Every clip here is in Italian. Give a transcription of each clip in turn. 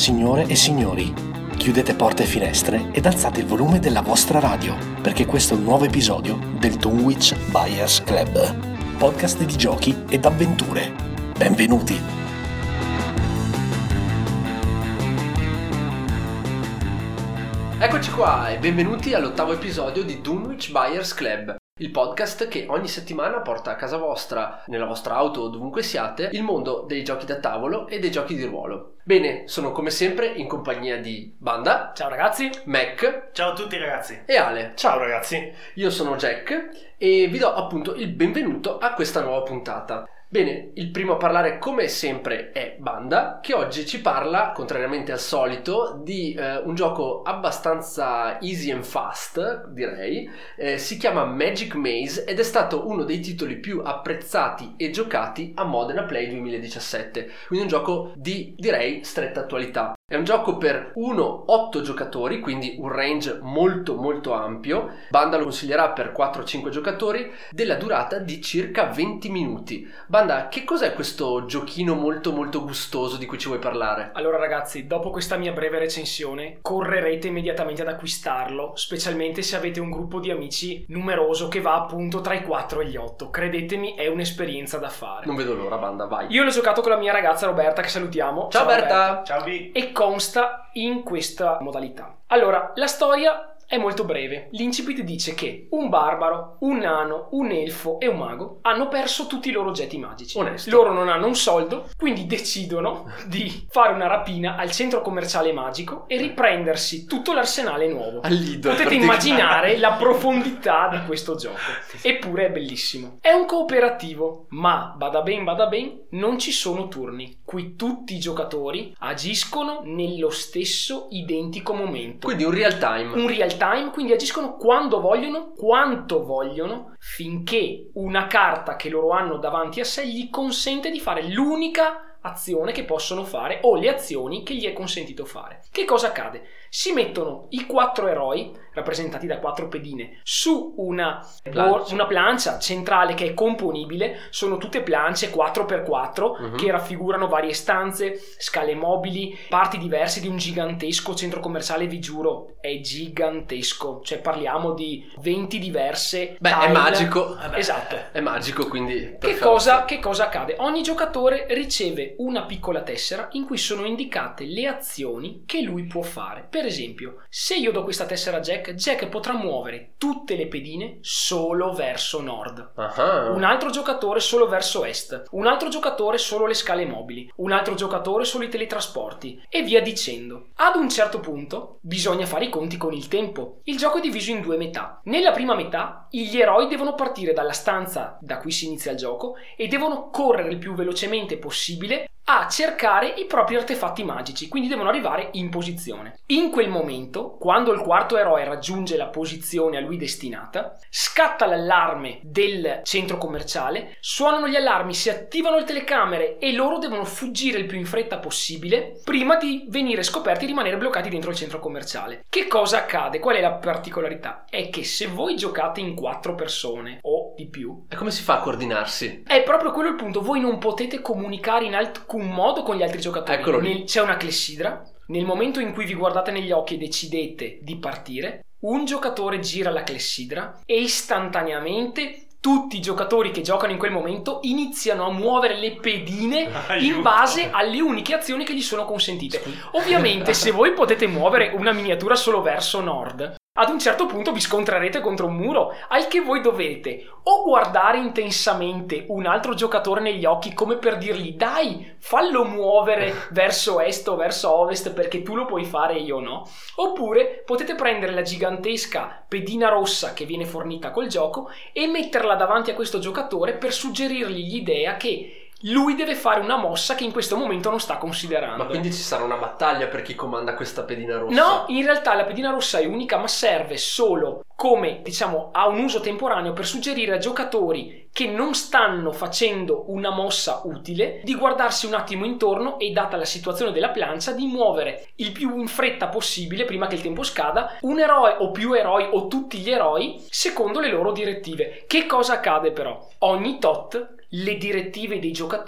Signore e signori, chiudete porte e finestre ed alzate il volume della vostra radio, perché questo è un nuovo episodio del Dunwich Buyers Club, podcast di giochi ed avventure. Benvenuti! Eccoci qua e benvenuti all'8º episodio di Dunwich Buyers Club, il podcast che ogni settimana porta a casa vostra, nella vostra auto o dovunque siate, il mondo dei giochi da tavolo e dei giochi di ruolo. Bene, sono come sempre in compagnia di Banda. Ciao ragazzi. Mac. Ciao a tutti ragazzi. E Ale. Ciao ragazzi. Io sono Jack e vi do appunto il benvenuto a questa nuova puntata. Bene, il primo a parlare come sempre è Banda, che oggi ci parla, contrariamente al solito, di un gioco abbastanza easy and fast, direi. Si chiama Magic Maze ed è stato uno dei titoli più apprezzati e giocati a Modena Play 2017, quindi un gioco di, direi, stretta attualità. È un gioco per 1-8 giocatori, quindi un range molto molto ampio. Banda lo consiglierà per 4-5 giocatori, della durata di circa 20 minuti. Banda, che cos'è questo giochino molto molto gustoso di cui ci vuoi parlare? Allora ragazzi, dopo questa mia breve recensione, correrete immediatamente ad acquistarlo, specialmente se avete un gruppo di amici numeroso che va appunto tra i 4 e gli 8. Credetemi, è un'esperienza da fare. Non vedo l'ora, Banda, vai. Io l'ho giocato con la mia ragazza Roberta, che salutiamo. Ciao Berta! Roberta. Ciao Vi. E consta in questa modalità. Allora, la storia è molto breve. L'incipit dice che un barbaro, un nano, un elfo e un mago hanno perso tutti i loro oggetti magici. Onesto. Loro non hanno un soldo, quindi decidono di fare una rapina al centro commerciale magico e riprendersi tutto l'arsenale nuovo. Al Lidl, Potete immaginare la profondità di questo gioco. Eppure è bellissimo. È un cooperativo, ma bada ben, non ci sono turni. Qui tutti i giocatori agiscono nello stesso identico momento. Quindi un real time. Un real time, quindi agiscono quando vogliono, quanto vogliono, finché una carta che loro hanno davanti a sé gli consente di fare l'unica azione che possono fare o le azioni che gli è consentito fare. Che cosa accade? Si mettono i 4 eroi, rappresentati da 4 pedine, su una plancia centrale che è componibile. Sono tutte plance 4x4 che raffigurano varie stanze, scale mobili, parti diverse di un gigantesco centro commerciale. Vi giuro, è gigantesco, cioè parliamo di 20 diverse tile. È magico. Esatto. È magico, quindi Che cosa accade? Ogni giocatore riceve una piccola tessera in cui sono indicate le azioni che lui può fare. Per esempio, se io do questa tessera a Jack potrà muovere tutte le pedine solo verso nord, un altro giocatore solo verso est, un altro giocatore solo le scale mobili, un altro giocatore solo i teletrasporti e via dicendo. Ad un certo punto bisogna fare i conti con il tempo. Il gioco è diviso in 2 metà. Nella prima metà gli eroi devono partire dalla stanza da cui si inizia il gioco e devono correre il più velocemente possibile a cercare i propri artefatti magici, quindi devono arrivare in posizione. In quel momento, quando il quarto eroe raggiunge la posizione a lui destinata, scatta l'allarme del centro commerciale, suonano gli allarmi, si attivano le telecamere e loro devono fuggire il più in fretta possibile prima di venire scoperti e rimanere bloccati dentro il centro commerciale. Che cosa accade? Qual è la particolarità? È che se voi giocate in 4 persone o di più, E come si fa a coordinarsi? è proprio quello il punto. Voi non potete comunicare in alcun modo con gli altri giocatori. Eccolo lì. C'è una clessidra. Nel momento in cui vi guardate negli occhi e decidete di partire, un giocatore gira la clessidra e istantaneamente tutti i giocatori che giocano in quel momento iniziano a muovere le pedine in base alle uniche azioni che gli sono consentite. Ovviamente, se voi potete muovere una miniatura solo verso nord, ad un certo punto vi scontrerete contro un muro, al che voi dovete o guardare intensamente un altro giocatore negli occhi come per dirgli dai, fallo muovere verso est o verso ovest perché tu lo puoi fare e io no, oppure potete prendere la gigantesca pedina rossa che viene fornita col gioco e metterla davanti a questo giocatore per suggerirgli l'idea che lui deve fare una mossa che in questo momento non sta considerando. Ma quindi ci sarà una battaglia per chi comanda questa pedina rossa? No, in realtà la pedina rossa è unica, ma serve solo come, diciamo, a un uso temporaneo per suggerire a giocatori che non stanno facendo una mossa utile di guardarsi un attimo intorno e, data la situazione della plancia, di muovere il più in fretta possibile prima che il tempo scada un eroe o più eroi o tutti gli eroi secondo le loro direttive. Che cosa accade però? Ogni tot le direttive dei giocatori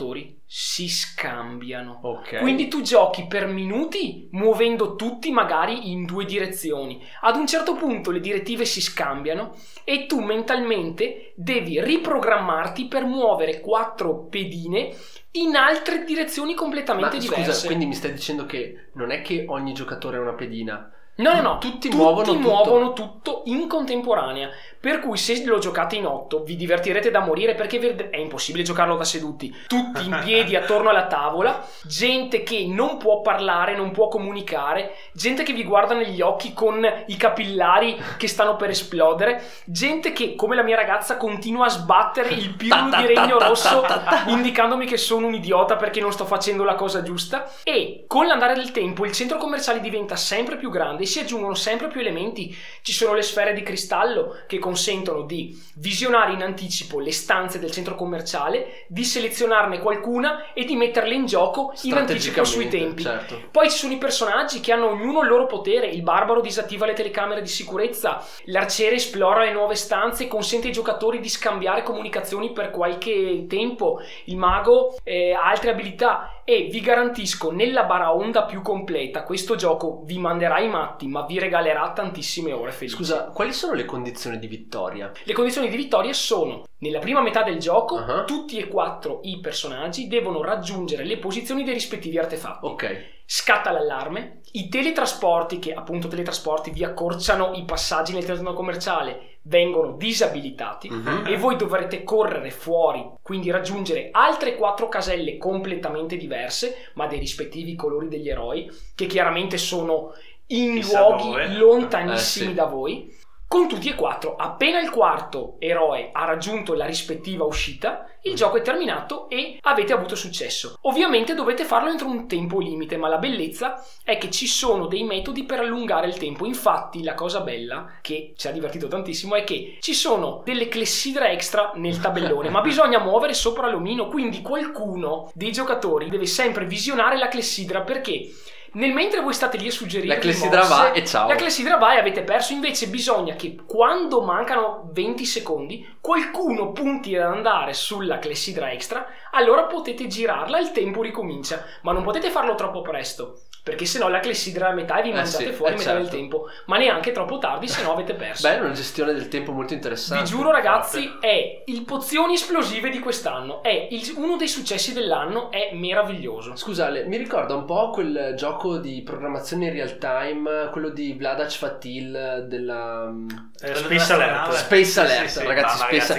si scambiano. Ok. Quindi tu giochi per minuti muovendo tutti magari in 2 direzioni. Ad un certo punto le direttive si scambiano e tu mentalmente devi riprogrammarti per muovere 4 pedine in altre direzioni completamente diverse. Scusa, quindi mi stai dicendo che non è che ogni giocatore ha una pedina? No. Tutti muovono tutto in contemporanea. Per cui se lo giocate in 8 vi divertirete da morire, perché è impossibile giocarlo da seduti. Tutti in piedi attorno alla tavola, gente che non può parlare, non può comunicare, gente che vi guarda negli occhi con i capillari che stanno per esplodere, gente che, come la mia ragazza, continua a sbattere il pirulu di Regno Rosso indicandomi che sono un idiota perché non sto facendo la cosa giusta. E con l'andare del tempo il centro commerciale diventa sempre più grande, si aggiungono sempre più elementi. Ci sono le sfere di cristallo che consentono di visionare in anticipo le stanze del centro commerciale, di selezionarne qualcuna e di metterle in gioco in anticipo sui tempi. Certo. Poi ci sono i personaggi che hanno ognuno il loro potere. Il barbaro disattiva le telecamere di sicurezza, l'arciere esplora le nuove stanze e consente ai giocatori di scambiare comunicazioni per qualche tempo, il mago ha altre abilità. E vi garantisco, nella baraonda più completa, questo gioco vi manderà i matti, ma vi regalerà tantissime ore felici. Scusa, quali sono le condizioni di vittoria? Le condizioni di vittoria sono: nella prima metà del gioco, tutti e 4 i personaggi devono raggiungere le posizioni dei rispettivi artefatti. Ok. Scatta l'allarme, i teletrasporti, che appunto teletrasporti vi accorciano i passaggi nel centro commerciale, vengono disabilitati e voi dovrete correre fuori, quindi raggiungere altre 4 caselle completamente diverse, ma dei rispettivi colori degli eroi, che chiaramente sono in luoghi lontanissimi da voi. Con tutti e 4, appena il quarto eroe ha raggiunto la rispettiva uscita, il gioco è terminato e avete avuto successo. Ovviamente dovete farlo entro un tempo limite, ma la bellezza è che ci sono dei metodi per allungare il tempo. Infatti la cosa bella, che ci ha divertito tantissimo, è che ci sono delle clessidre extra nel tabellone, ma bisogna muovere sopra l'omino, quindi qualcuno dei giocatori deve sempre visionare la clessidra, perché nel mentre voi state lì a suggerire la clessidra va e ciao. La clessidra va e avete perso. Invece bisogna che quando mancano 20 secondi qualcuno punti ad andare sulla clessidra extra, allora potete girarla e il tempo ricomincia. Ma non potete farlo troppo presto, perché sennò la clessidra a metà e vi mangiate fuori metà del tempo. Ma neanche troppo tardi, sennò avete perso. Beh, è una gestione del tempo molto interessante. Vi giuro ragazzi, è il pozioni esplosive di quest'anno, è uno dei successi dell'anno, è meraviglioso. Scusa Ale, mi ricorda un po' quel gioco di programmazione in real time, quello di Vladac Fatil della Space Alert. Space Alert, sì, ragazzi,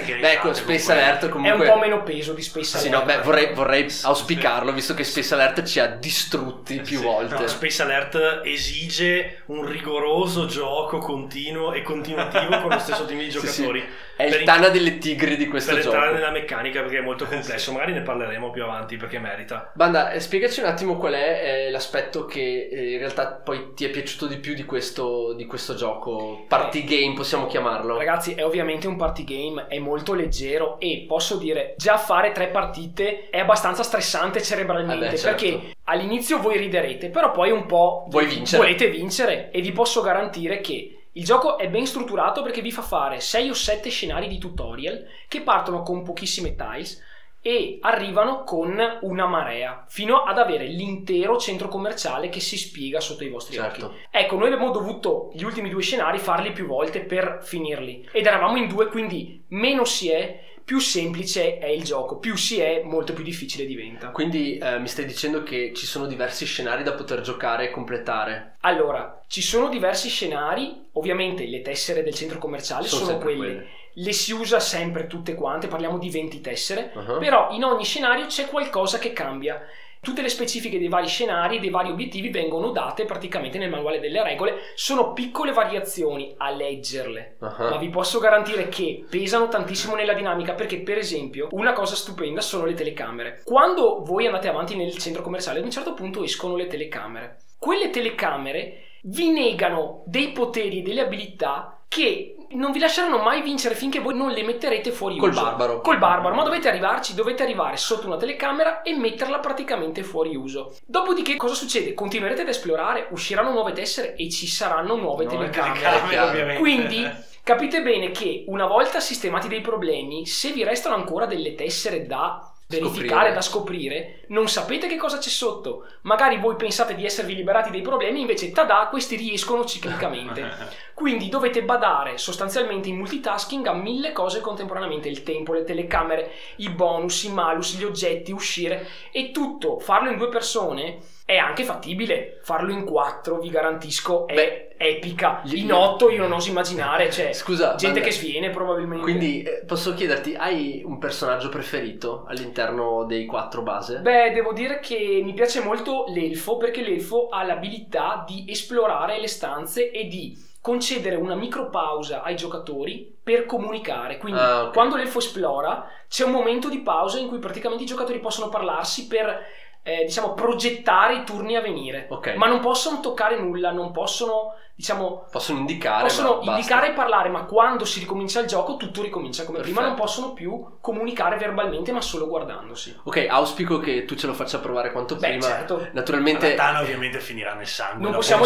Space Alert comunque è un po' meno peso di Space Alert. Sì, no, beh, vorrei auspicarlo, visto che Space Alert ci ha distrutti più volte. No, Space Alert esige un rigoroso gioco continuo e continuativo con lo stesso team di giocatori. Sì. È il Tana delle tigri di questo gioco. Per entrare nella meccanica, perché è molto complesso. Magari ne parleremo più avanti, perché merita. Banda, spiegaci un attimo qual è l'aspetto che in realtà poi ti è piaciuto di più di questo gioco. Party game possiamo chiamarlo. Ragazzi, è ovviamente un party game, è molto leggero e posso dire, già fare 3 partite è abbastanza stressante cerebralmente, certo. Perché all'inizio voi riderete, però poi un po' volete vincere, e vi posso garantire che il gioco è ben strutturato, perché vi fa fare 6 o 7 scenari di tutorial che partono con pochissime tiles e arrivano con una marea, fino ad avere l'intero centro commerciale che si spiega sotto i vostri occhi. Ecco, noi abbiamo dovuto gli ultimi 2 scenari farli più volte per finirli, ed eravamo in 2, quindi meno si è, più semplice è il gioco, più si è, molto più difficile diventa. Quindi mi stai dicendo che ci sono diversi scenari da poter giocare e completare? Allora, ci sono diversi scenari, ovviamente le tessere del centro commerciale sono quelle. Le si usa sempre tutte quante, parliamo di 20 tessere, però in ogni scenario c'è qualcosa che cambia. Tutte le specifiche dei vari scenari e dei vari obiettivi vengono date praticamente nel manuale delle regole. Sono piccole variazioni a leggerle, ma vi posso garantire che pesano tantissimo nella dinamica, perché per esempio una cosa stupenda sono le telecamere. Quando voi andate avanti nel centro commerciale, ad un certo punto escono le telecamere. Quelle telecamere vi negano dei poteri e delle abilità che non vi lasceranno mai vincere finché voi non le metterete fuori uso. Col barbaro, ma dovete arrivare sotto una telecamera e metterla praticamente fuori uso. Dopodiché cosa succede? Continuerete ad esplorare, usciranno nuove tessere e ci saranno nuove telecamere. Quindi capite bene che una volta sistemati dei problemi, se vi restano ancora delle tessere da verificare, da scoprire, non sapete che cosa c'è sotto. Magari voi pensate di esservi liberati dei problemi, invece tada, questi riescono ciclicamente. Quindi dovete badare sostanzialmente in multitasking a 1000 cose contemporaneamente: il tempo, le telecamere, i bonus, i malus, gli oggetti, uscire, e tutto. Farlo in 2 persone è anche fattibile, farlo in 4 vi garantisco è epica. In 8 io non oso immaginare, cioè scusa, gente che sviene probabilmente. Quindi posso chiederti, hai un personaggio preferito all'interno dei 4 base? Beh, devo dire che mi piace molto l'elfo, perché l'elfo ha l'abilità di esplorare le stanze e di concedere una micropausa ai giocatori per comunicare. Quindi quando l'elfo esplora c'è un momento di pausa in cui praticamente i giocatori possono parlarsi per progettare i turni a venire. Ma non possono toccare nulla, non possono possono indicare e parlare, ma quando si ricomincia il gioco tutto ricomincia come Perfetto. prima. Non possono più comunicare verbalmente, ma solo guardandosi. Ok, auspico che tu ce lo faccia provare quanto prima. Certo. Naturalmente Ratana ovviamente finirà nel sangue. Non possiamo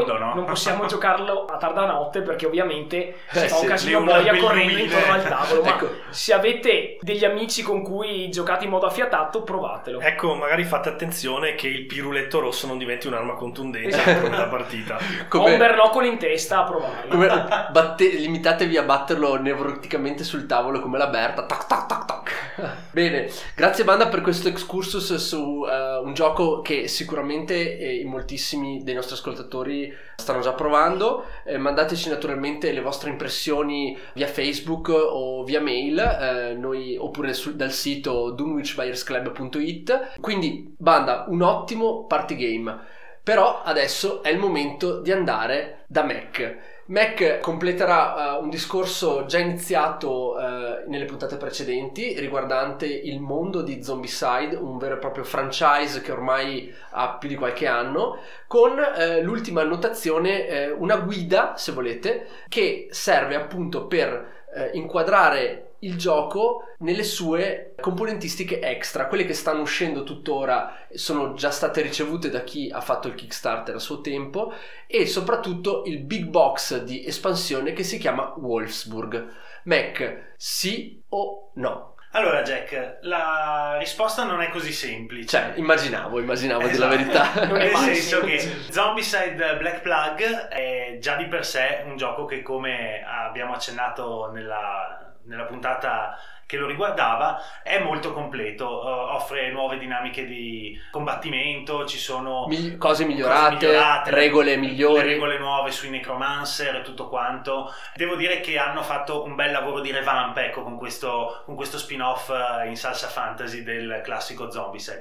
giocarlo a tarda notte, perché ovviamente si fa un casino Leonard boia correndo Belluine. intorno al tavolo. Ma Ecco. se avete degli amici con cui giocate in modo affiatato, provatelo. Ecco, magari fate attenzione che il piruletto rosso non diventi un'arma contundente Esatto. nella partita. Ho un bernoccolo in testa a provarlo. Limitatevi a batterlo nevroticamente sul tavolo come la Berta. Tac, tac, tac, tac. Bene, grazie banda per questo excursus su un gioco che sicuramente in moltissimi dei nostri ascoltatori stanno già provando. Mandateci naturalmente le vostre impressioni via Facebook o via mail, oppure dal sito dunwichbuyersclub.it. Quindi banda, un ottimo party game. Però adesso è il momento di andare da Mac. Mac completerà un discorso già iniziato nelle puntate precedenti riguardante il mondo di Zombicide, un vero e proprio franchise che ormai ha più di qualche anno, con l'ultima annotazione, una guida, se volete, che serve appunto per inquadrare il gioco nelle sue componentistiche extra. Quelle che stanno uscendo tuttora sono già state ricevute da chi ha fatto il Kickstarter a suo tempo, e soprattutto il big box di espansione che si chiama Wolfsburg. Mac, sì o no? Allora Jack, la risposta non è così semplice. Cioè, immaginavo Esatto. della verità. Non è Nel mai senso che semplice. Zombicide Black Plug è già di per sé un gioco che, come abbiamo accennato nella puntata che lo riguardava, è molto completo, offre nuove dinamiche di combattimento, ci sono Cose migliorate, regole migliori, le regole nuove sui necromancer e tutto quanto. Devo dire che hanno fatto un bel lavoro di revamp, ecco, con questo spin-off in salsa fantasy del classico Zombicide.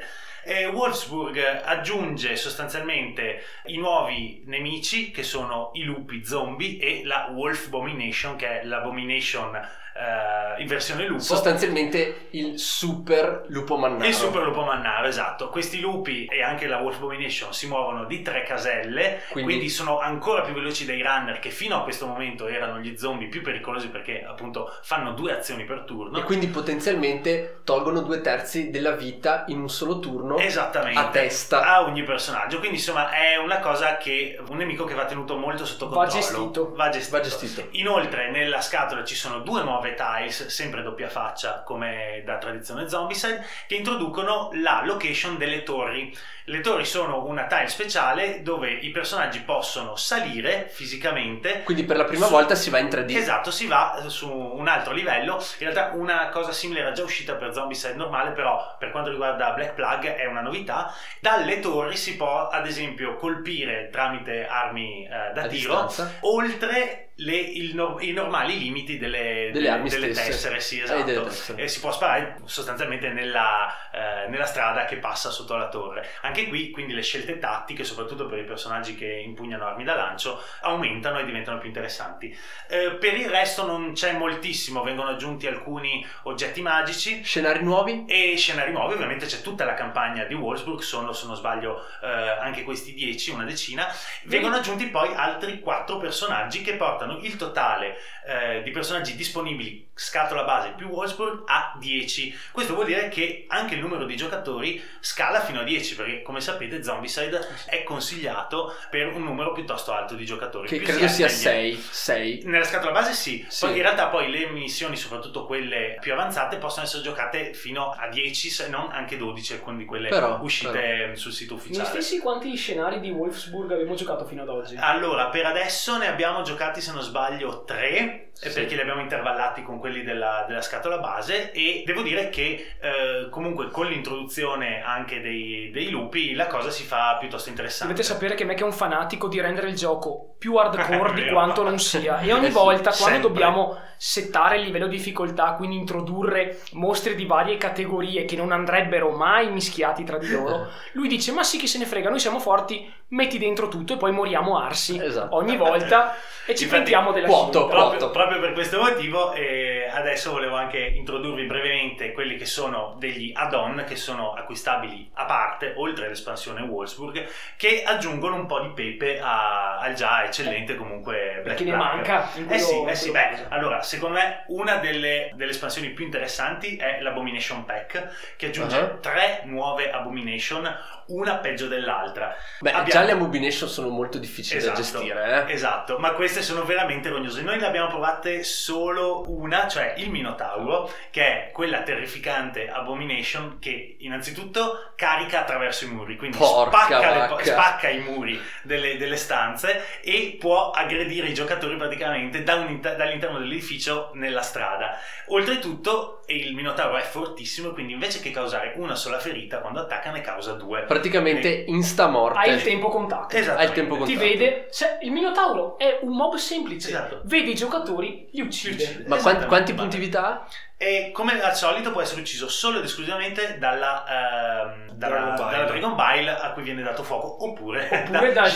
Wolfsburg aggiunge sostanzialmente i nuovi nemici, che sono i lupi zombie e la Wolfbomination, che è l'abomination in versione lupo. Sostanzialmente il super lupo mannaro. Il super lupo mannaro, esatto. Questi lupi e anche la Wolfbomination si muovono di 3 caselle, quindi sono ancora più veloci dei runner, che fino a questo momento erano gli zombie più pericolosi, perché appunto fanno 2 azioni per turno. E quindi potenzialmente tolgono 2/3 della vita in un solo turno. Esattamente, a testa a ogni personaggio. Quindi insomma è una cosa un nemico che va tenuto molto sotto controllo. Va gestito. Inoltre nella scatola ci sono 2 nuove tiles, sempre doppia faccia come da tradizione Zombicide, che introducono la location delle torri. Le torri sono una tile speciale dove i personaggi possono salire fisicamente. Quindi per la prima volta si va in 3D. Esatto, si va su un altro livello. In realtà una cosa simile era già uscita per Zombicide normale, però per quanto riguarda Black Plug è una novità. Dalle torri si può ad esempio colpire tramite armi da tiro distanza, oltre i normali limiti delle armi stesse. tessere, sì, esatto. E si può sparare sostanzialmente nella strada che passa sotto la torre. Anche qui quindi le scelte tattiche, soprattutto per i personaggi che impugnano armi da lancio, aumentano e diventano più interessanti. Per il resto non c'è moltissimo, vengono aggiunti alcuni oggetti magici, scenari nuovi, ovviamente c'è tutta la campagna di Wolfsburg, sono, se non sbaglio, anche questi 10, una decina. Vengono aggiunti poi altri 4 personaggi che portano portano il totale di personaggi disponibili scatola base più Wolfsburg a 10. Questo vuol dire che anche il numero di giocatori scala fino a 10, perché come sapete Zombicide è consigliato per un numero piuttosto alto di giocatori, che più credo si sia alta 6 nella scatola base. Sì. Sì. Poi in realtà poi le missioni, soprattutto quelle più avanzate, possono essere giocate fino a 10, se non anche 12, quindi quelle uscite sul sito ufficiale. Noi stessi quanti scenari di Wolfsburg abbiamo giocato fino ad oggi? Allora, per adesso ne abbiamo giocati, se non sbaglio, 3, sì, perché li abbiamo intervallati con quelli della scatola base, e devo dire che comunque con l'introduzione anche dei lupi la cosa si fa piuttosto interessante. Dovete sapere che me che è un fanatico di rendere il gioco più hardcore di quanto non sia, e ogni volta quando dobbiamo settare il livello di difficoltà, quindi introdurre mostri di varie categorie che non andrebbero mai mischiati tra di loro, lui dice: ma sì, chi se ne frega, noi siamo forti, metti dentro tutto e poi moriamo arsi ogni volta e ci pentiamo della scelta. Proprio per questo motivo adesso volevo anche introdurvi brevemente quelli che sono degli add-on che sono acquistabili a parte, oltre all'espansione Wolfsburg, che aggiungono un po' di pepe al già eccellente comunque Black Perché ne Plague. manca Allora, secondo me una delle espansioni più interessanti è l'Abomination Pack, che aggiunge 3 nuove Abomination, una peggio dell'altra. Già le Abomination sono molto difficili da gestire. Esatto, ma queste sono veramente rognose. Noi ne abbiamo provate solo una, cioè il Minotauro, che è quella terrificante Abomination che innanzitutto carica attraverso i muri, quindi spacca i muri delle stanze e può aggredire i giocatori praticamente dall'interno dell'edificio nella strada. Oltretutto il Minotauro è fortissimo, quindi invece che causare una sola ferita, quando attacca ne causa 2. Praticamente instamorte. Hai il tempo contatto. Ti vede, il Minotauro è un mob semplice, vede i giocatori, li uccide. Ma quanti punti vita ha? E come al solito può essere ucciso solo ed esclusivamente dalla Dragon Bile a cui viene dato fuoco, oppure dalla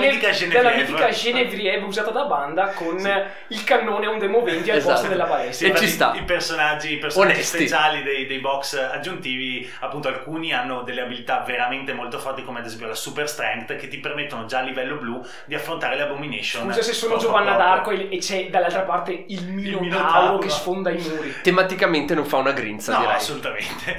mitica Genevieve usata da banda con il cannone a un demo 20 al posto della balestra. E ci sta. I personaggi speciali dei box aggiuntivi, appunto, alcuni hanno delle abilità veramente molto forti, come ad esempio la Super Strength, che ti permettono già a livello blu di affrontare le Abomination. Scusa se sono Giovanna d'Arco e c'è dall'altra parte il Minotauro che sfonda i muri. Tematicamente non fa una grinza, direi. No, assolutamente.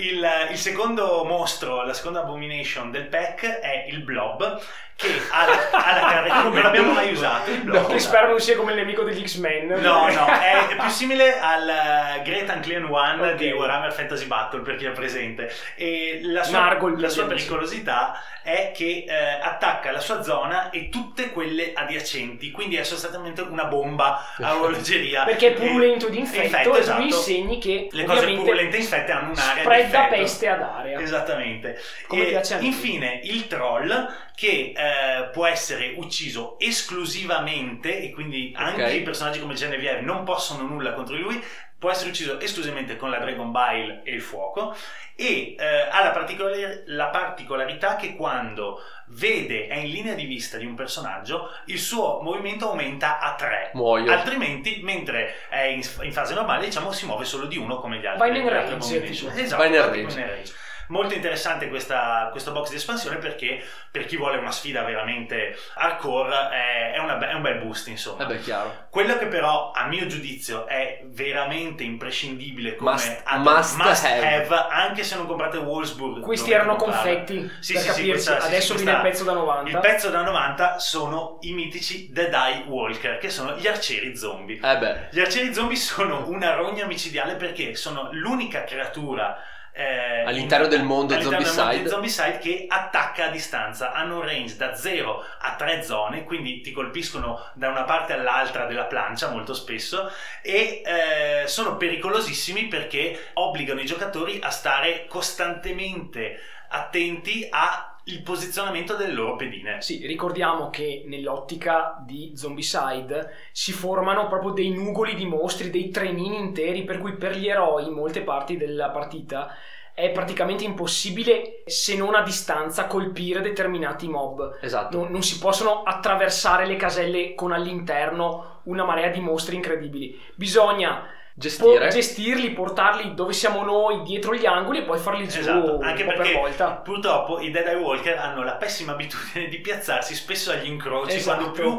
Il secondo mostro, la seconda Abomination del pack è il Blob, che ha la caratteristica, non l'abbiamo mai usato, il Blob. Che spero non sia come il nemico degli X-Men. No, è più simile al Great Unclean One di Warhammer Fantasy Battle, per chi è presente. E la sua pericolosità è che attacca la sua zona e tutte quelle adiacenti, quindi è sostanzialmente una bomba a orologeria. Perché è purulento di infetto, e lui segni che le cose purulente infette hanno un'area spreada peste ad area. Esattamente. Come piace a me. Infine il Troll, che può essere ucciso esclusivamente, e quindi anche i personaggi come Genevieve non possono nulla contro di lui. Può essere ucciso esclusivamente con la Dragon Bile e il fuoco, e ha la particolarità che quando è in linea di vista di un personaggio, il suo movimento aumenta a 3. Altrimenti, mentre è in fase normale, diciamo, si muove solo di 1 come gli altri. Vai nel range. Esatto, vai nel range. Molto interessante questo box di espansione, perché per chi vuole una sfida veramente hardcore è un bel boost, insomma. Chiaro. Quello che però a mio giudizio è veramente imprescindibile come must have, anche se non comprate Wolfsburg. Questi erano confetti, per capirci. Adesso viene il pezzo da 90. Il pezzo da 90 sono i mitici Dead Eye Walker, che sono gli arcieri zombie. Gli arcieri zombie sono una rogna micidiale, perché sono l'unica creatura all'interno del mondo Zombicide che attacca a distanza. Hanno un range da 0 a 3 zone, quindi ti colpiscono da una parte all'altra della plancia molto spesso, e sono pericolosissimi perché obbligano i giocatori a stare costantemente attenti il posizionamento delle loro pedine. Sì, ricordiamo che nell'ottica di Zombicide si formano proprio dei nugoli di mostri, dei trenini interi, per cui per gli eroi in molte parti della partita è praticamente impossibile, se non a distanza, colpire determinati mob. Esatto. Non si possono attraversare le caselle con all'interno una marea di mostri incredibili. Bisogna gestirli, portarli dove siamo noi, dietro gli angoli, e poi farli giù anche un po' perché per volta. Purtroppo i Dead Eye Walker hanno la pessima abitudine di piazzarsi spesso agli incroci, dove più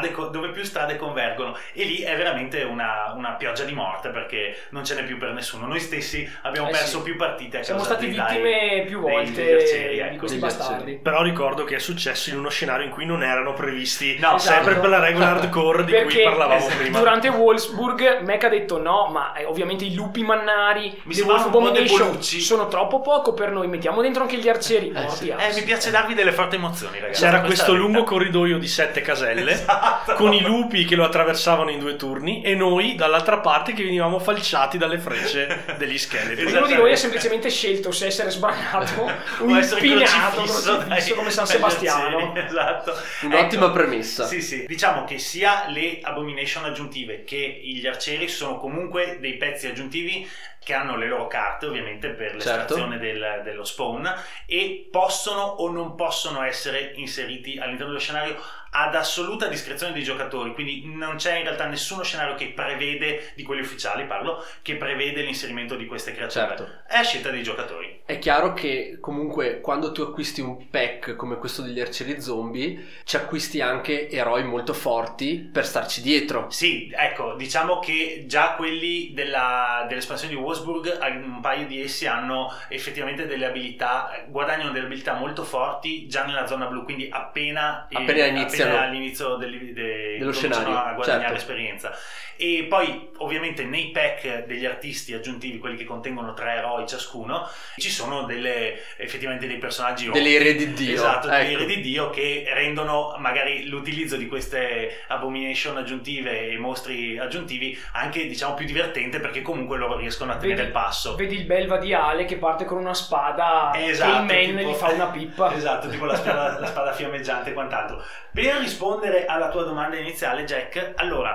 strade convergono, e lì è veramente una pioggia di morte, perché non ce n'è più per nessuno. Noi stessi abbiamo perso più partite a causa siamo stati vittime più volte di questi bastardi. Però ricordo che è successo in uno scenario in cui non erano previsti, Esatto. sempre per la regola hardcore di cui parlavamo prima. Durante Wolfsburg Mech ha detto no, ma ovviamente i lupi mannari, Mi le Wolf Abomination Bonucci. sono troppo poco per noi, mettiamo dentro anche gli arcieri morti. Mi piace darvi delle forti emozioni, ragazzi. C'era questo lungo corridoio di 7 caselle, Esatto. con i lupi che lo attraversavano in 2 turni e noi dall'altra parte che venivamo falciati dalle frecce degli scheletri. Ognuno di noi ha semplicemente scelto se essere sbranato o essere impinato crocifisso come San dagli Sebastiano. arcieri. Esatto. Un'ottima premessa. Sì. Diciamo che sia le Abomination aggiuntive che gli arcieri sono comunque dei pezzi aggiuntivi che hanno le loro carte, ovviamente, per l'estrazione dello spawn, e possono o non possono essere inseriti all'interno dello scenario ad assoluta discrezione dei giocatori. Quindi non c'è in realtà nessuno scenario che prevede, di quelli ufficiali parlo, che prevede l'inserimento di queste creature. Certo. È a scelta dei giocatori. È chiaro che comunque quando tu acquisti un pack come questo degli arcieri zombie, ci acquisti anche eroi molto forti per starci dietro. Sì, ecco, diciamo che già quelli dell'espansione di Wolfsburg, un paio di essi hanno effettivamente delle abilità, guadagnano delle abilità molto forti già nella zona blu, quindi appena all'inizio dello scenario a guadagnare esperienza. E poi ovviamente nei pack degli artisti aggiuntivi, quelli che contengono 3 eroi ciascuno, ci sono effettivamente dei personaggi, delle ire di Dio. Esatto, delle ire di Dio, che rendono magari l'utilizzo di queste Abomination aggiuntive e mostri aggiuntivi anche, diciamo, più divertente, perché comunque loro riescono a tenere il passo. Vedi il Belva di Ale che parte con una spada, esatto, e il Man gli fa una pippa. Esatto, tipo la spada fiammeggiante e quant'altro. Per rispondere alla tua domanda iniziale, Jack, allora,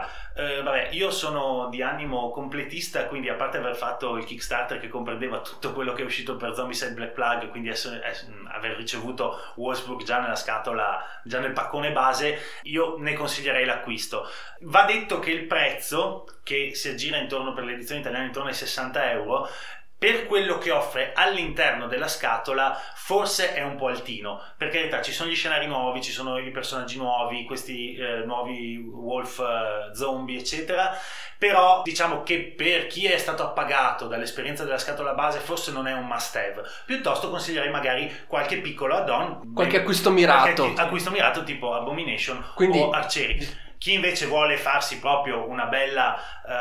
io sono di animo completista, quindi a parte aver fatto il Kickstarter che comprendeva tutto quello che è uscito per Zombicide Black Plague, quindi aver ricevuto Wolfsburg già nella scatola, già nel paccone base, io ne consiglierei l'acquisto. Va detto che il prezzo, che si aggira intorno, per l'edizione italiana, intorno ai 60 euro, per quello che offre all'interno della scatola forse è un po' altino. Per carità, ci sono gli scenari nuovi, ci sono i personaggi nuovi, questi nuovi wolf zombie eccetera, però diciamo che per chi è stato appagato dall'esperienza della scatola base forse non è un must have. Piuttosto consiglierei magari qualche piccolo add-on, qualche acquisto mirato, tipo Abomination, quindi, o arcieri. Chi invece vuole farsi proprio una bella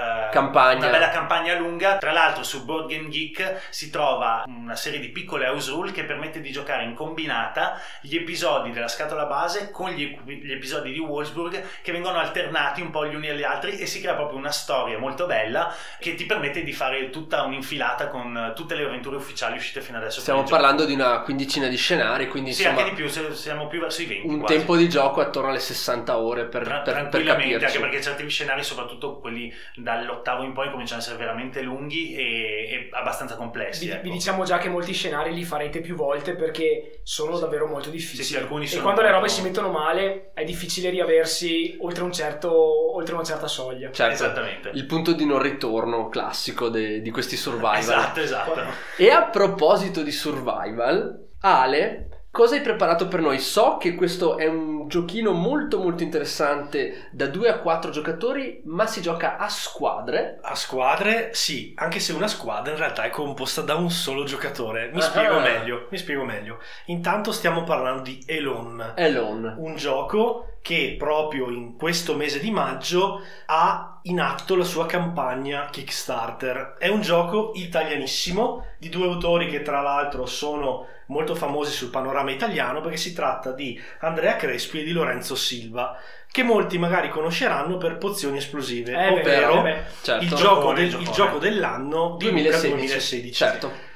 campagna lunga, tra l'altro su Board Game Geek si trova una serie di piccole house rule che permette di giocare in combinata gli episodi della scatola base con gli episodi di Wolfsburg, che vengono alternati un po' gli uni agli altri, e si crea proprio una storia molto bella che ti permette di fare tutta un'infilata con tutte le avventure ufficiali uscite fino adesso. Stiamo parlando di una quindicina di scenari, quindi sì, insomma, anche di più, siamo più verso i 20 un quasi. Tempo di gioco attorno alle 60 ore per tranquillamente, capirci. anche perché certi scenari, soprattutto quelli dall'8º in poi, cominciano a essere veramente lunghi e abbastanza complessi. Vi diciamo già che molti scenari li farete più volte perché sono davvero molto difficili. Sì, alcuni sono, e quando le robe si mettono male è difficile riaversi oltre una certa soglia. Certo, esattamente. Il punto di non ritorno classico di questi survival. Esatto. E a proposito di survival, Ale, cosa hai preparato per noi? So che questo è un giochino molto molto interessante da 2 a 4 giocatori, ma si gioca a squadre. A squadre, sì, anche se una squadra in realtà è composta da un solo giocatore. Mi spiego meglio. Intanto stiamo parlando di Elon, un gioco che proprio in questo mese di maggio ha in atto la sua campagna Kickstarter. È un gioco italianissimo di 2 autori che tra l'altro sono molto famosi sul panorama italiano, perché si tratta di Andrea Crespi e di Lorenzo Silva, che molti magari conosceranno per Pozioni Esplosive, ovvero certo. il gioco dell'anno di 2016. Certo.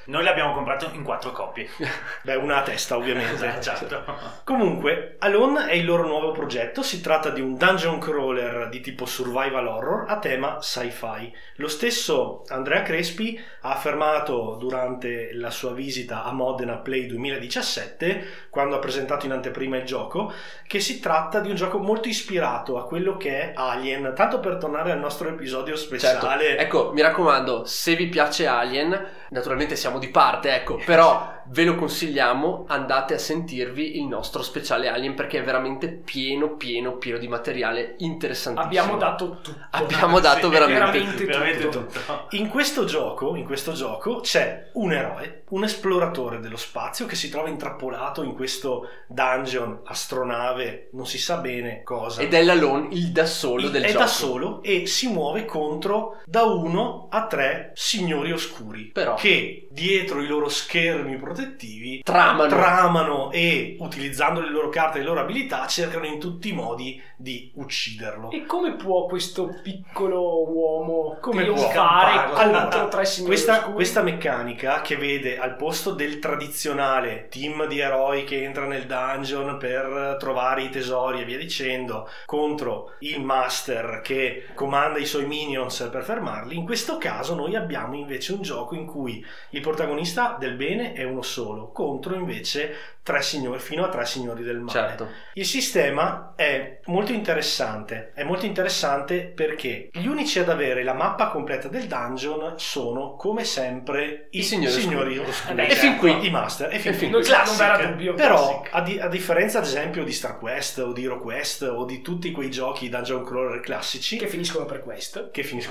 Noi l'abbiamo comprato in 4 copie. Beh, una a testa ovviamente. Certo. Comunque, Alone è il loro nuovo progetto. Si tratta di un dungeon crawler di tipo survival horror a tema sci-fi. Lo stesso Andrea Crespi ha affermato durante la sua visita a Modena Play 2017, quando ha presentato in anteprima il gioco, che si tratta di un gioco molto ispirato a quello che è Alien. Tanto per tornare al nostro episodio speciale. Certo. Ecco, mi raccomando, se vi piace Alien, naturalmente siamo di parte, ecco, però ve lo consigliamo, andate a sentirvi il nostro speciale Alien, perché è veramente pieno di materiale interessantissimo. Abbiamo dato tutto. Abbiamo dato veramente tutto. In questo gioco c'è un eroe, un esploratore dello spazio che si trova intrappolato in questo dungeon, astronave, non si sa bene cosa. Ed è l'Alone, il da solo del gioco. È da solo e si muove contro da 1 a 3 signori oscuri, però, che dietro i loro schermi protettivi tramano e, utilizzando le loro carte e le loro abilità, cercano in tutti i modi di ucciderlo. E come può questo piccolo uomo fare contro 3 signori oscuri? Questa meccanica che vede al posto del tradizionale team di eroi che entra nel dungeon per trovare i tesori e via dicendo, contro il master che comanda i suoi minions per fermarli, in questo caso noi abbiamo invece un gioco in cui il protagonista del bene è uno solo, contro invece 3 signori, fino a 3 signori del male. Certo. Il sistema è molto interessante perché gli unici ad avere la mappa completa del dungeon sono come sempre i signori oscuri. E fin qui i master, e fin qui. Non era dubbio. Però a differenza ad esempio di Star Quest o di HeroQuest o di tutti quei giochi dungeon crawler classici che finiscono per quest,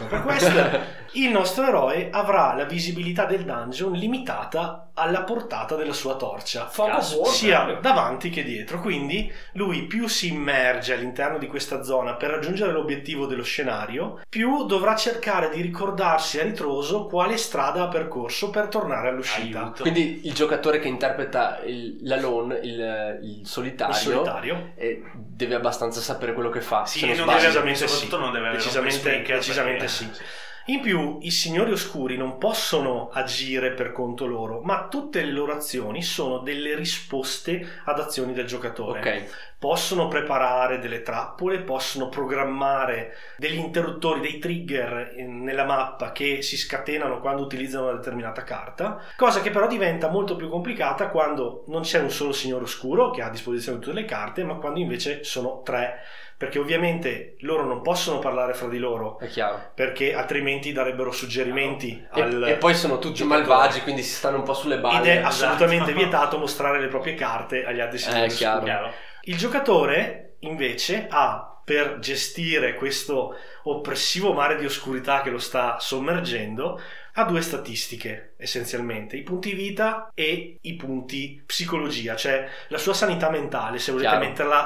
il nostro eroe avrà la visibilità del dungeon limitata alla portata della sua torcia, sia davanti che dietro. Quindi lui più si immerge all'interno di questa zona per raggiungere l'obiettivo dello scenario, più dovrà cercare di ricordarsi a ritroso quale strada ha percorso per tornare all'uscita. Aiuto. Quindi il giocatore che interpreta l'Alone, il solitario deve abbastanza sapere quello che fa. Sì, non deve avere decisamente sì. In più, i signori oscuri non possono agire per conto loro, ma tutte le loro azioni sono delle risposte ad azioni del giocatore. Okay. Possono preparare delle trappole, possono programmare degli interruttori, dei trigger nella mappa che si scatenano quando utilizzano una determinata carta, cosa che però diventa molto più complicata quando non c'è un solo signore oscuro che ha a disposizione tutte le carte, ma quando invece sono 3. Perché ovviamente loro non possono parlare fra di loro, è chiaro, perché altrimenti darebbero suggerimenti e poi sono tutti malvagi, quindi si stanno un po' sulle balle. Ed è assolutamente vietato mostrare le proprie carte agli altri signori oscuri. Chiaro. Il giocatore invece ha, per gestire questo oppressivo mare di oscurità che lo sta sommergendo, ha 2 statistiche essenzialmente: i punti vita e i punti psicologia, cioè la sua sanità mentale, se volete metterla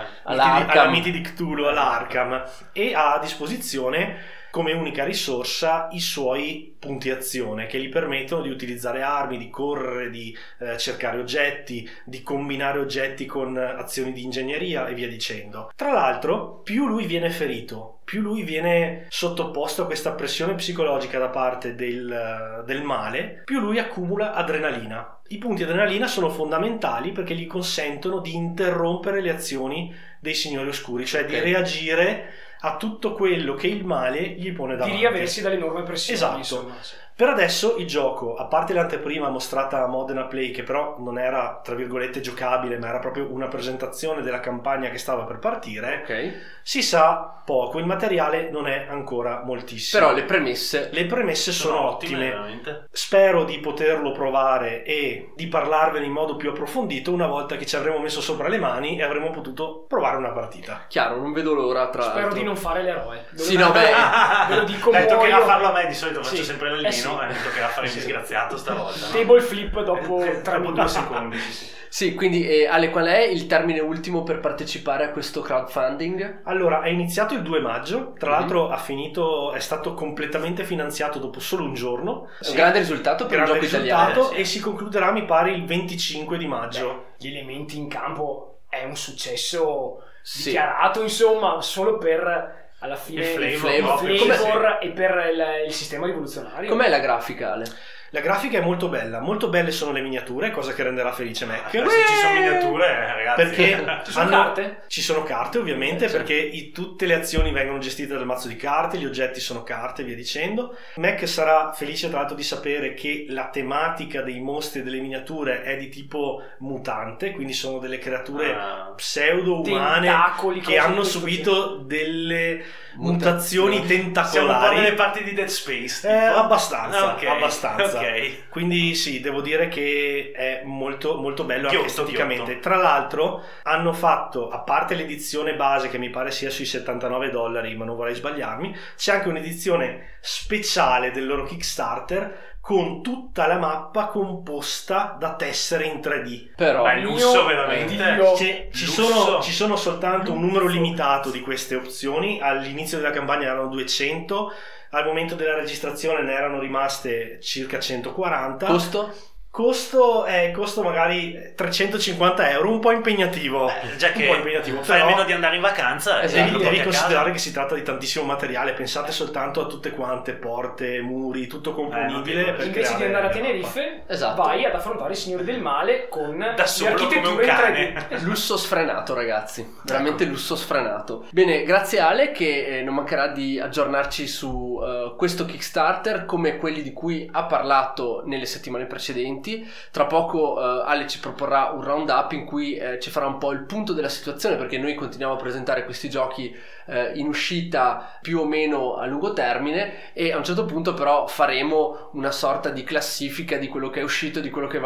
alla miti di Cthulhu, all'Arkham, e ha a disposizione come unica risorsa i suoi punti azione che gli permettono di utilizzare armi, di correre, di cercare oggetti, di combinare oggetti con azioni di ingegneria e via dicendo. Tra l'altro, più lui viene ferito, più lui viene sottoposto a questa pressione psicologica da parte del male, più lui accumula adrenalina. I punti adrenalina sono fondamentali perché gli consentono di interrompere le azioni dei signori oscuri, cioè di reagire a tutto quello che il male gli pone davanti. Di riaversi dall'enorme pressione. Esatto. Insomma. Per adesso il gioco, a parte l'anteprima mostrata a Modena Play, che però non era tra virgolette giocabile, ma era proprio una presentazione della campagna che stava per partire, si sa poco, il materiale non è ancora moltissimo. Però le premesse sono ottime. Veramente. Spero di poterlo provare e di parlarvene in modo più approfondito una volta che ci avremo messo sopra le mani e avremo potuto provare una partita. Chiaro, non vedo l'ora. Spero di non fare l'eroe. Sì, no, beh, ve lo dico. Toccherà farlo a me, di solito faccio sempre l'allino. Mi toccherà fare il disgraziato stavolta. Table flip dopo 2 secondi. Sì, quindi Ale, qual è il termine ultimo per partecipare a questo crowdfunding? Allora, è iniziato il 2 maggio, tra l'altro è stato completamente finanziato dopo solo un giorno. È un grande risultato per un gioco italiano. E si concluderà, mi pare, il 25 di maggio. Gli elementi in campo è un successo dichiarato, insomma, solo per alla fine il flavor e per il sistema rivoluzionario. Com'è la grafica, Ale? La grafica è molto bella, molto belle sono le miniature, cosa che renderà felice Mac. Se ci sono miniature, ragazzi. Perché ci sono carte? Ci sono carte, ovviamente, perché tutte le azioni vengono gestite dal mazzo di carte, gli oggetti sono carte e via dicendo. Mac sarà felice tra l'altro di sapere che la tematica dei mostri e delle miniature è di tipo mutante, quindi sono delle creature pseudo-umane che hanno subito delle mutazioni tentacolari. Siamo un po' nelle parti di Dead Space. Abbastanza. Okay. Quindi sì, devo dire che è molto, molto bello anche esteticamente. Tra l'altro hanno fatto, a parte l'edizione base che mi pare sia sui $79, ma non vorrei sbagliarmi, c'è anche un'edizione speciale del loro Kickstarter con tutta la mappa composta da tessere in 3D. Però è lusso veramente. Ci sono soltanto un numero limitato di queste opzioni. All'inizio della campagna erano 200, al momento della registrazione ne erano rimaste circa 140. Costo magari €350, un po' impegnativo. Già che fai meno di andare in vacanza. Devi considerare che si tratta di tantissimo materiale. Pensate soltanto a tutte quante porte, muri, tutto componibile. Invece di andare a Tenerife, vai ad affrontare i signori del male con l'architettura in 3D. Lusso sfrenato, ragazzi, veramente lusso sfrenato. Bene, grazie Ale, che non mancherà di aggiornarci su questo Kickstarter come quelli di cui ha parlato nelle settimane precedenti. Tra poco Ale ci proporrà un roundup in cui ci farà un po' il punto della situazione, perché noi continuiamo a presentare questi giochi in uscita più o meno a lungo termine, e a un certo punto però faremo una sorta di classifica di quello che è uscito, di quello che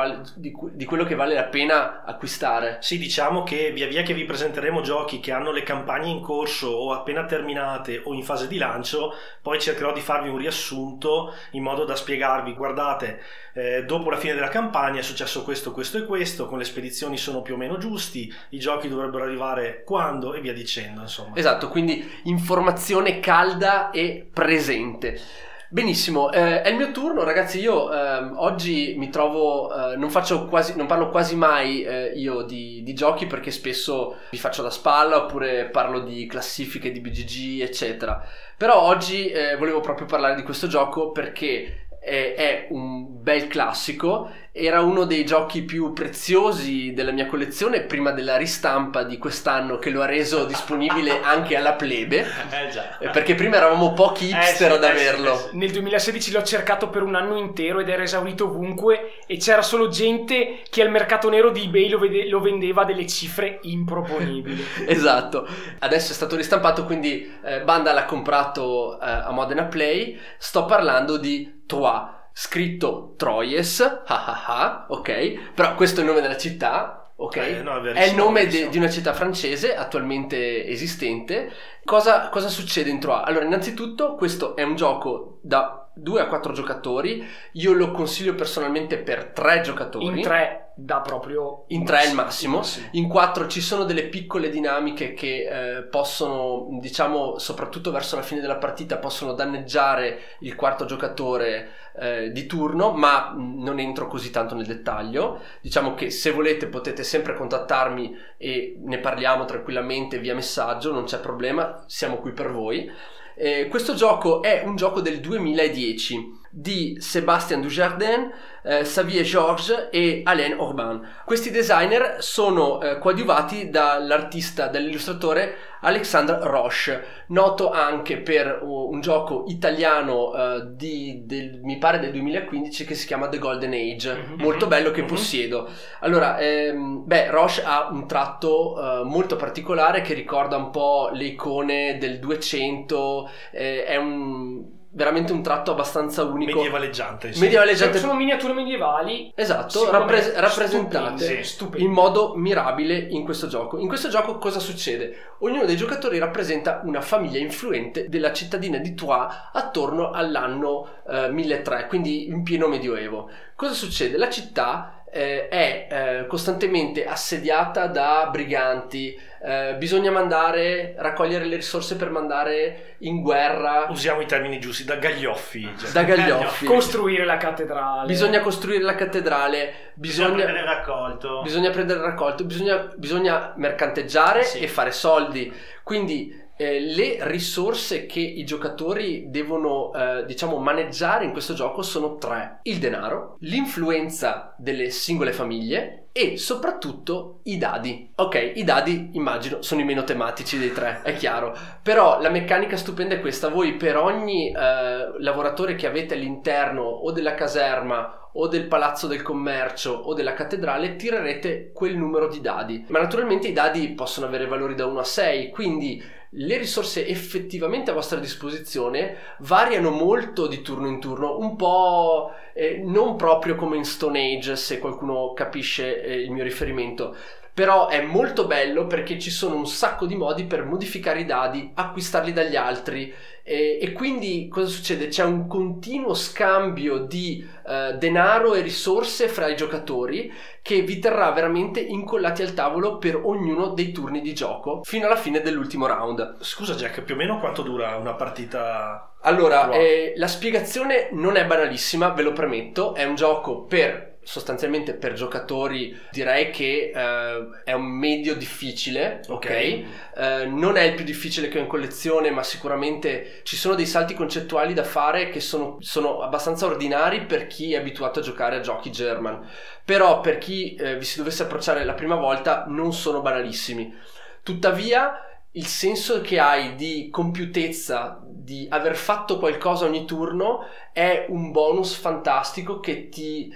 vale la pena acquistare. Sì, diciamo che via via che vi presenteremo giochi che hanno le campagne in corso o appena terminate o in fase di lancio, poi cercherò di farvi un riassunto in modo da spiegarvi: guardate, dopo la fine della campagna è successo questo, questo e questo, con le spedizioni sono più o meno giusti, i giochi dovrebbero arrivare quando, e via dicendo, insomma. Esatto, quindi informazione calda e presente. Benissimo, è il mio turno, ragazzi. Io oggi mi trovo, non parlo quasi mai io di giochi, perché spesso vi faccio da spalla oppure parlo di classifiche di BGG eccetera. Però oggi volevo proprio parlare di questo gioco perché è un bel classico. Era uno dei giochi più preziosi della mia collezione prima della ristampa di quest'anno, che lo ha reso disponibile anche alla plebe, perché prima eravamo pochi hipster ad averlo. Nel 2016 l'ho cercato per un anno intero ed era esaurito ovunque, e c'era solo gente che al mercato nero di eBay lo vendeva a delle cifre improponibili. Esatto, adesso è stato ristampato, quindi Banda l'ha comprato a Modena Play. Sto parlando di Troyes, scritto Troyes, ok, però questo è il nome della città, ok, è il nome di una città francese attualmente esistente. Cosa succede in Troyes? Allora, innanzitutto questo è un gioco da 2 a 4 giocatori. Io lo consiglio personalmente per 3 giocatori. In 3 da proprio in 3 è il massimo. In 4 ci sono delle piccole dinamiche che possono, diciamo, soprattutto verso la fine della partita, possono danneggiare il quarto giocatore di turno, ma non entro così tanto nel dettaglio. Diciamo che se volete potete sempre contattarmi e ne parliamo tranquillamente via messaggio, non c'è problema, siamo qui per voi. Questo gioco è un gioco del 2010 di Sébastien Dujardin, Xavier Georges e Alain Orban. Questi designer sono coadiuvati dall'illustratore Alexandre Roche, noto anche per un gioco italiano mi pare del 2015, che si chiama The Golden Age, molto bello, che possiedo. Allora, Roche ha un tratto molto particolare che ricorda un po' le icone del 200, è veramente un tratto abbastanza unico, medievaleggiante. Sono miniature medievali, esatto, rappresentate in modo mirabile in questo gioco. In questo gioco cosa succede? Ognuno dei giocatori rappresenta una famiglia influente della cittadina di Troyes attorno all'anno 1300, quindi in pieno medioevo. Cosa succede? La città è costantemente assediata da briganti, bisogna raccogliere le risorse per mandare in guerra. Usiamo i termini giusti, da gaglioffi. Costruire la cattedrale. Bisogna costruire la cattedrale, bisogna prendere il raccolto, bisogna mercanteggiare e fare soldi. Quindi le risorse che i giocatori devono maneggiare in questo gioco sono 3: il denaro, l'influenza delle singole famiglie e soprattutto i dadi. Ok, i dadi immagino sono i meno tematici dei 3, è chiaro, però la meccanica stupenda è questa: voi per ogni lavoratore che avete all'interno o della caserma o del palazzo del commercio o della cattedrale tirerete quel numero di dadi, ma naturalmente i dadi possono avere valori da 1 a 6, quindi le risorse effettivamente a vostra disposizione variano molto di turno in turno, un po' non proprio come in Stone Age, se qualcuno capisce il mio riferimento. Però è molto bello perché ci sono un sacco di modi per modificare i dadi, acquistarli dagli altri, e quindi cosa succede? C'è un continuo scambio di denaro e risorse fra i giocatori che vi terrà veramente incollati al tavolo per ognuno dei turni di gioco fino alla fine dell'ultimo round. Scusa Jack, più o meno quanto dura una partita? Allora, la spiegazione non è banalissima, ve lo premetto, è un gioco sostanzialmente per giocatori, direi che è un medio difficile, ok? Non è il più difficile che ho in collezione, ma sicuramente ci sono dei salti concettuali da fare che sono abbastanza ordinari per chi è abituato a giocare a giochi German, però per chi vi si dovesse approcciare la prima volta non sono banalissimi. Tuttavia il senso che hai di compiutezza, di aver fatto qualcosa ogni turno, è un bonus fantastico che ti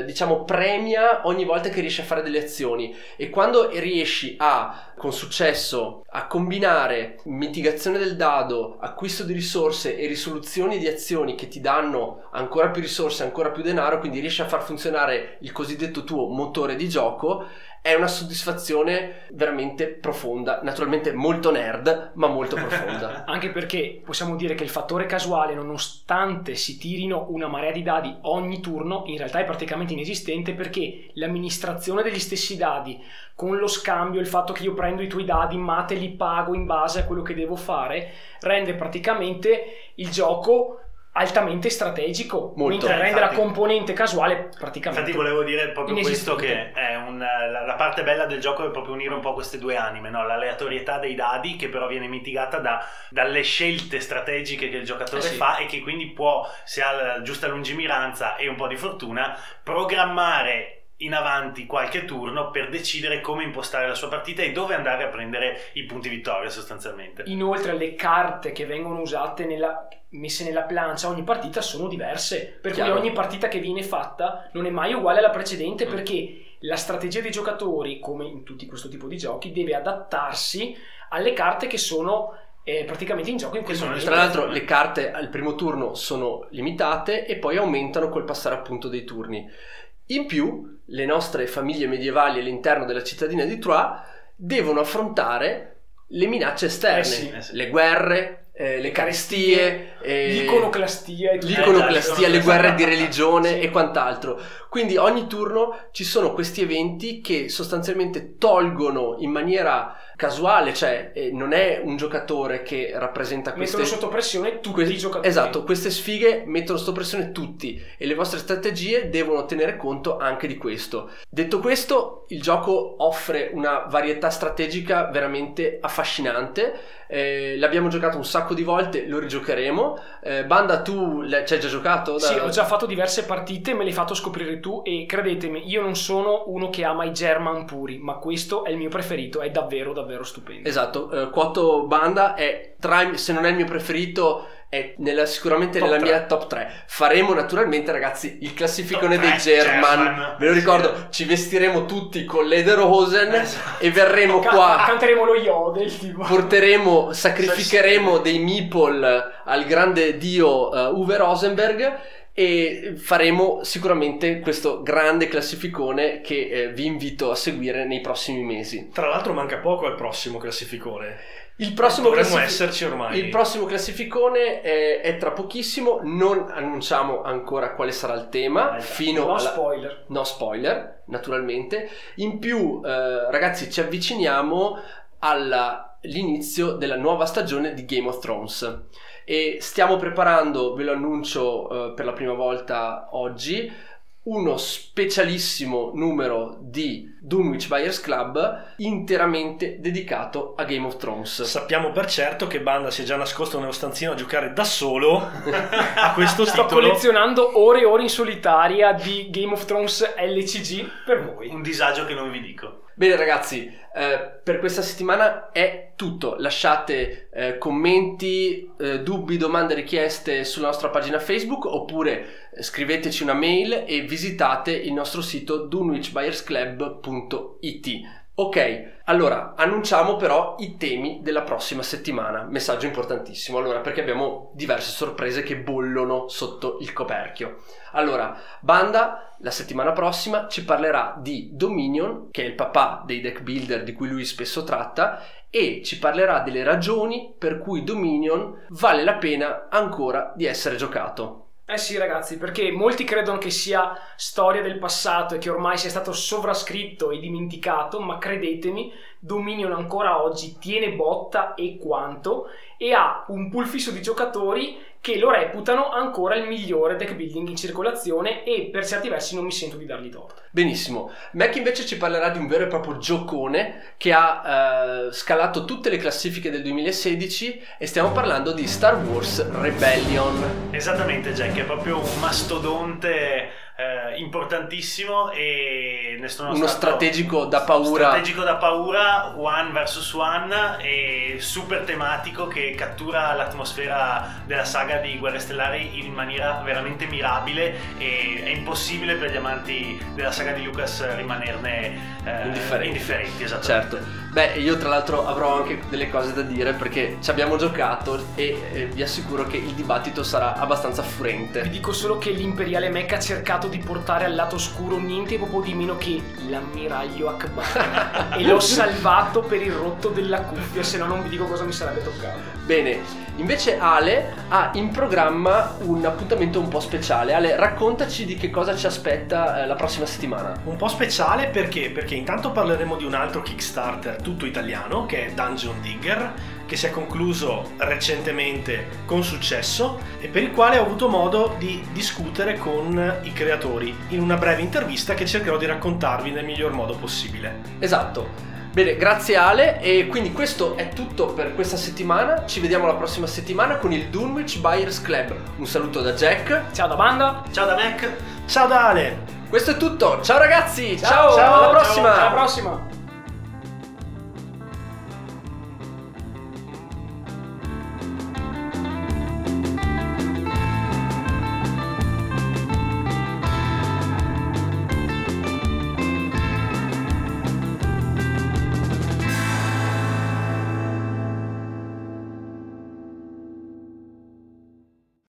premia ogni volta che riesci a fare delle azioni, e quando riesci con successo a combinare mitigazione del dado, acquisto di risorse e risoluzioni di azioni che ti danno ancora più risorse, ancora più denaro, quindi riesci a far funzionare il cosiddetto tuo motore di gioco, è una soddisfazione veramente profonda, naturalmente molto nerd, ma molto profonda. Anche perché possiamo dire che il fattore casuale, nonostante si tirino una marea di dadi ogni turno, in realtà è praticamente inesistente, perché l'amministrazione degli stessi dadi, con lo scambio, il fatto che io prendo i tuoi dadi ma te li pago in base a quello che devo fare, rende praticamente il gioco altamente strategico, molto, mentre rende la componente casuale praticamente. Infatti volevo dire proprio questo, che è la parte bella del gioco è proprio unire un po' queste due anime, no? L'aleatorietà dei dadi, che però viene mitigata dalle scelte strategiche che il giocatore fa, e che quindi può, se ha la giusta lungimiranza e un po' di fortuna, programmare in avanti qualche turno per decidere come impostare la sua partita e dove andare a prendere i punti vittoria, sostanzialmente. Inoltre le carte che vengono usate messe nella plancia ogni partita sono diverse, per cui ogni partita che viene fatta non è mai uguale alla precedente, perché la strategia dei giocatori, come in tutti questo tipo di giochi, deve adattarsi alle carte che sono praticamente in gioco in quel momento. Tra l'altro le carte al primo turno sono limitate e poi aumentano col passare appunto dei turni. In più, le nostre famiglie medievali all'interno della cittadina di Troyes devono affrontare le minacce esterne, le guerre, le carestie, l'iconoclastia, le guerre di religione e quant'altro. Quindi ogni turno ci sono questi eventi che sostanzialmente tolgono in maniera casuale, cioè non è un giocatore che rappresenta queste, mettono sotto pressione tutti i giocatori. Esatto, queste sfighe mettono sotto pressione tutti e le vostre strategie devono tenere conto anche di questo. Detto questo, il gioco offre una varietà strategica veramente affascinante. L'abbiamo giocato un sacco di volte, lo rigiocheremo. Banda, tu ci hai già giocato? Sì, ho già fatto diverse partite, me le hai fatto scoprire tu, e credetemi, io non sono uno che ama i German puri, ma questo è il mio preferito, è davvero davvero stupendo. Esatto, Quotto Banda è se non è il mio preferito, è sicuramente nella mia top 3. Faremo naturalmente, ragazzi, il classificone dei German. Ve lo ricordo, ci vestiremo tutti con lederhosen e verremo qua. Canteremo lo Yodel, tipo. Sacrificheremo dei meeple al grande dio Uwe Rosenberg e faremo sicuramente questo grande classificone che vi invito a seguire nei prossimi mesi. Tra l'altro manca poco al prossimo classificone. Dovremmo esserci ormai. Il prossimo classificone è tra pochissimo. Non annunciamo ancora quale sarà il tema, spoiler. No spoiler, naturalmente. In più, ragazzi, ci avviciniamo all'inizio della nuova stagione di Game of Thrones e stiamo preparando, ve lo annuncio per la prima volta oggi, uno specialissimo numero di Dunwich Buyers Club interamente dedicato a Game of Thrones. Sappiamo per certo che Banda si è già nascosto nello stanzino a giocare da solo a questo Sto titolo. collezionando ore e ore in solitaria di Game of Thrones LCG per voi. Un disagio che non vi dico. Bene ragazzi, per questa settimana è tutto. Lasciate commenti, dubbi, domande, richieste sulla nostra pagina Facebook, oppure scriveteci una mail e visitate il nostro sito dunwichbuyersclub.it. Ok, allora annunciamo però i temi della prossima settimana. Messaggio importantissimo, allora, perché abbiamo diverse sorprese che bollono sotto il coperchio. Allora, Banda la settimana prossima ci parlerà di Dominion, che è il papà dei deck builder di cui lui spesso tratta, e ci parlerà delle ragioni per cui Dominion vale la pena ancora di essere giocato. Eh sì ragazzi, perché molti credono che sia storia del passato e che ormai sia stato sovrascritto e dimenticato, ma credetemi, Dominion ancora oggi tiene botta e quanto, e ha un pool fisso di giocatori che lo reputano ancora il migliore deck building in circolazione, e per certi versi non mi sento di dargli torto. Benissimo. Mac invece ci parlerà di un vero e proprio giocone che ha scalato tutte le classifiche del 2016, e stiamo parlando di Star Wars Rebellion. Esattamente Jack, è proprio un mastodonte importantissimo, e ne sono uno strategico da paura, one versus one, e super tematico, che cattura l'atmosfera della saga di Guerre Stellari in maniera veramente mirabile, e è impossibile per gli amanti della saga di Lucas rimanerne indifferenti. Certo. Beh, io tra l'altro avrò anche delle cose da dire, perché ci abbiamo giocato e vi assicuro che il dibattito sarà abbastanza furente. Vi dico solo che l'imperiale Mech ha cercato di portare al lato oscuro niente poco di meno che l'ammiraglio Akbar e l'ho salvato per il rotto della cuffia, se no non vi dico cosa mi sarebbe toccato. Bene, invece Ale ha in programma un appuntamento un po' speciale. Ale, raccontaci di che cosa ci aspetta la prossima settimana. Un po' speciale perché intanto parleremo di un altro Kickstarter tutto italiano, che è Dungeon Digger, che si è concluso recentemente con successo e per il quale ho avuto modo di discutere con i creatori in una breve intervista che cercherò di raccontarvi nel miglior modo possibile. Esatto. Bene, grazie Ale, e quindi questo è tutto per questa settimana. Ci vediamo la prossima settimana con il Dunwich Buyers Club. Un saluto da Jack. Ciao da Banda. Ciao da Mac. Ciao da Ale. Questo è tutto. Ciao ragazzi. Ciao. Alla prossima. Alla prossima.